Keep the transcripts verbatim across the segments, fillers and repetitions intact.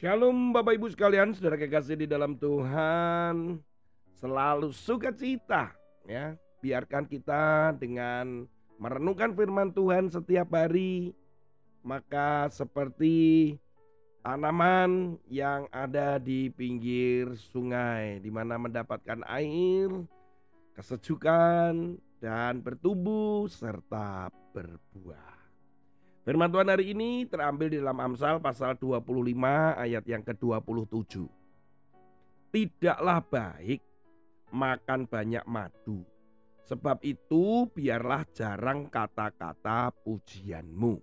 Shalom Bapak Ibu sekalian, saudara kekasih di dalam Tuhan. Selalu sukacita ya. Biarkan kita dengan merenungkan firman Tuhan setiap hari, maka seperti tanaman yang ada di pinggir sungai, di mana mendapatkan air, kesejukan, dan bertumbuh serta berbuah. Firman Tuhan hari ini terambil di dalam Amsal pasal dua puluh lima ayat yang ke dua puluh tujuh. Tidaklah baik makan banyak madu, sebab itu biarlah jarang kata-kata pujianmu.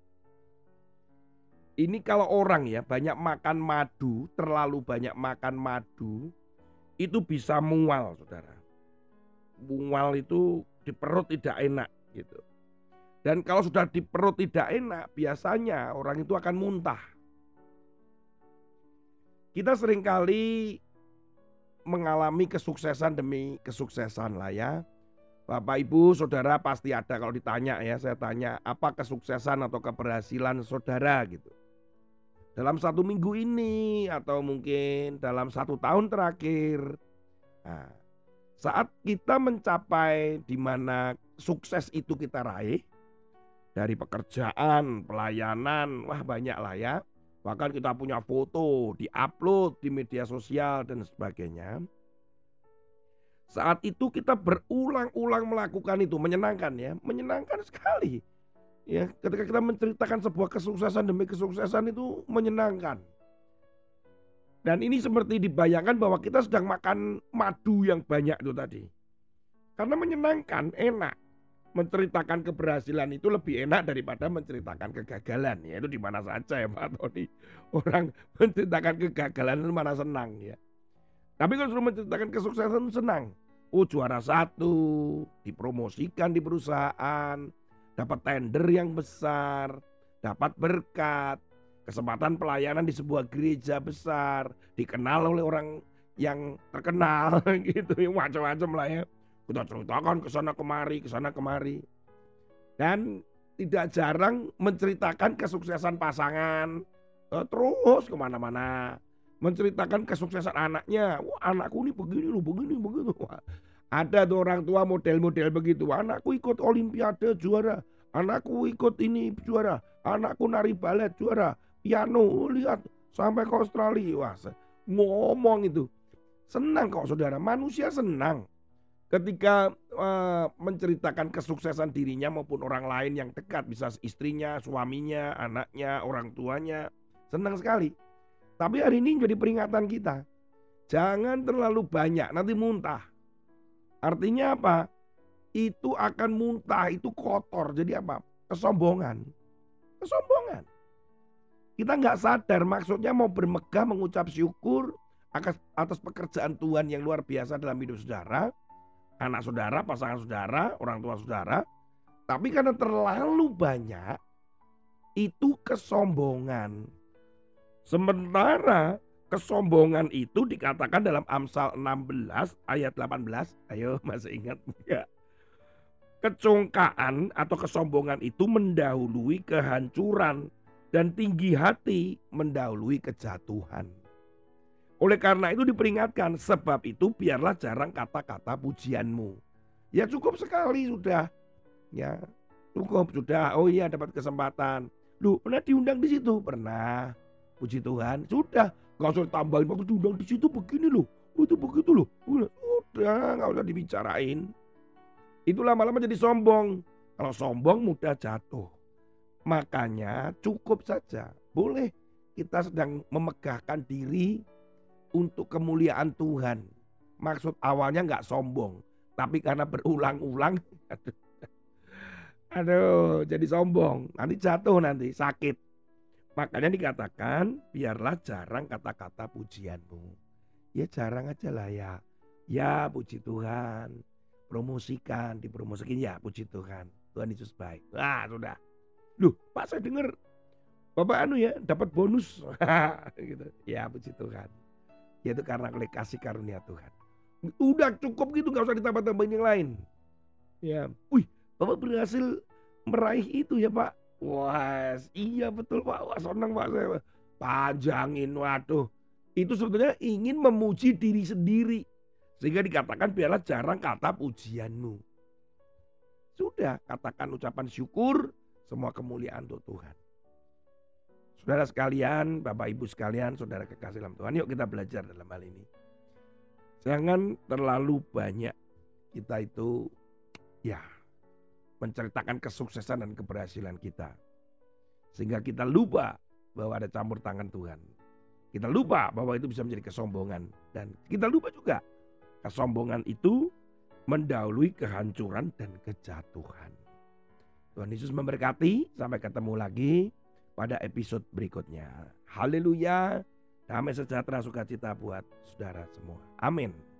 Ini kalau orang ya banyak makan madu, terlalu banyak makan madu, itu bisa mual, saudara. Mual itu di perut tidak enak gitu. Dan kalau sudah di perut tidak enak, biasanya orang itu akan muntah. Kita seringkali mengalami kesuksesan demi kesuksesan lah ya. Bapak Ibu Saudara pasti ada kalau ditanya ya, saya tanya apa kesuksesan atau keberhasilan saudara gitu. Dalam satu minggu ini atau mungkin dalam satu tahun terakhir. Nah, saat kita mencapai di mana sukses itu kita raih, dari pekerjaan, pelayanan, wah banyak lah ya. Bahkan kita punya foto, di-upload di media sosial dan sebagainya. Saat itu kita berulang-ulang melakukan itu, menyenangkan ya, menyenangkan sekali. Ya, ketika kita menceritakan sebuah kesuksesan demi kesuksesan itu menyenangkan. Dan ini seperti dibayangkan bahwa kita sedang makan madu yang banyak itu tadi. Karena menyenangkan, enak. Menceritakan keberhasilan itu lebih enak daripada menceritakan kegagalan. Ya itu di mana saja ya Pak Tony. Orang menceritakan kegagalan itu mana senang ya. Tapi kalau sudah menceritakan kesuksesan senang. Oh juara satu, dipromosikan di perusahaan, dapat tender yang besar, dapat berkat, kesempatan pelayanan di sebuah gereja besar, dikenal oleh orang yang terkenal gitu, macam-macam lah ya. Kita ceritakan ke sana kemari, ke sana kemari. Dan tidak jarang menceritakan kesuksesan pasangan. Eh, terus kemana-mana. Menceritakan kesuksesan anaknya. Wah anakku ini begini loh, begini, begitu. Wah, ada tuh orang tua model-model begitu. Anakku ikut olimpiade juara. Anakku ikut ini juara. Anakku nari balet juara. Piano, lihat sampai ke Australia. Wah, ngomong itu. Senang kok saudara, manusia senang. Ketika uh, menceritakan kesuksesan dirinya maupun orang lain yang dekat, bisa istrinya, suaminya, anaknya, orang tuanya, senang sekali. Tapi hari ini jadi peringatan kita, jangan terlalu banyak, nanti muntah. Artinya apa? Itu akan muntah, itu kotor. Jadi apa? Kesombongan. Kesombongan. Kita nggak sadar maksudnya mau bermegah, mengucap syukur atas, atas pekerjaan Tuhan yang luar biasa dalam hidup saudara. Anak saudara, pasangan saudara, orang tua saudara. Tapi karena terlalu banyak, itu kesombongan. Sementara kesombongan itu dikatakan dalam Amsal enam belas ayat delapan belas. Ayo masih ingat ya. Kecongkaan atau kesombongan itu mendahului kehancuran. Dan tinggi hati mendahului kejatuhan. Oleh karena itu diperingatkan, sebab itu biarlah jarang kata-kata pujianmu. Ya cukup sekali sudah. Ya cukup sudah. Oh iya dapat kesempatan. Loh pernah diundang di situ? Pernah. Puji Tuhan. Sudah. Gak usah tambahin waktu diundang di situ begini loh. Oh, itu begitu loh. Udah gak usah dibicarain. Itu lama-lama jadi sombong. Kalau sombong mudah jatuh. Makanya cukup saja. Boleh kita sedang memegahkan diri untuk kemuliaan Tuhan. Maksud awalnya nggak sombong, tapi karena berulang-ulang, aduh, aduh, jadi sombong. Nanti jatuh, nanti sakit. Makanya dikatakan, biarlah jarang kata-kata pujianmu. Ya jarang aja lah ya. Ya puji Tuhan, promosikan, dipromosikan ya puji Tuhan. Tuhan Yesus baik. Wah sudah. Loh, Pak saya dengar Bapak anu ya dapat bonus. Gitu. Ya puji Tuhan. Yaitu karena oleh kasih karunia Tuhan. Udah cukup gitu, gak usah ditambah-tambahin yang lain. Ya, wih, Bapak berhasil meraih itu ya Pak. Wah, iya betul Pak. Wah, senang Pak saya. panjangin, waduh. Itu sebetulnya ingin memuji diri sendiri. Sehingga dikatakan biarlah jarang kata pujianmu. Sudah, katakan ucapan syukur, semua kemuliaan untuk Tuhan. Saudara sekalian, Bapak Ibu sekalian, saudara kekasih dalam Tuhan, yuk kita belajar dalam hal ini. Jangan terlalu banyak kita itu ya menceritakan kesuksesan dan keberhasilan kita. Sehingga kita lupa bahwa ada campur tangan Tuhan. Kita lupa bahwa itu bisa menjadi kesombongan. Dan kita lupa juga kesombongan itu mendahului kehancuran dan kejatuhan. Tuhan Yesus memberkati. Sampai ketemu lagi pada episode berikutnya. Haleluya. Damai sejahtera sukacita buat saudara semua. Amin.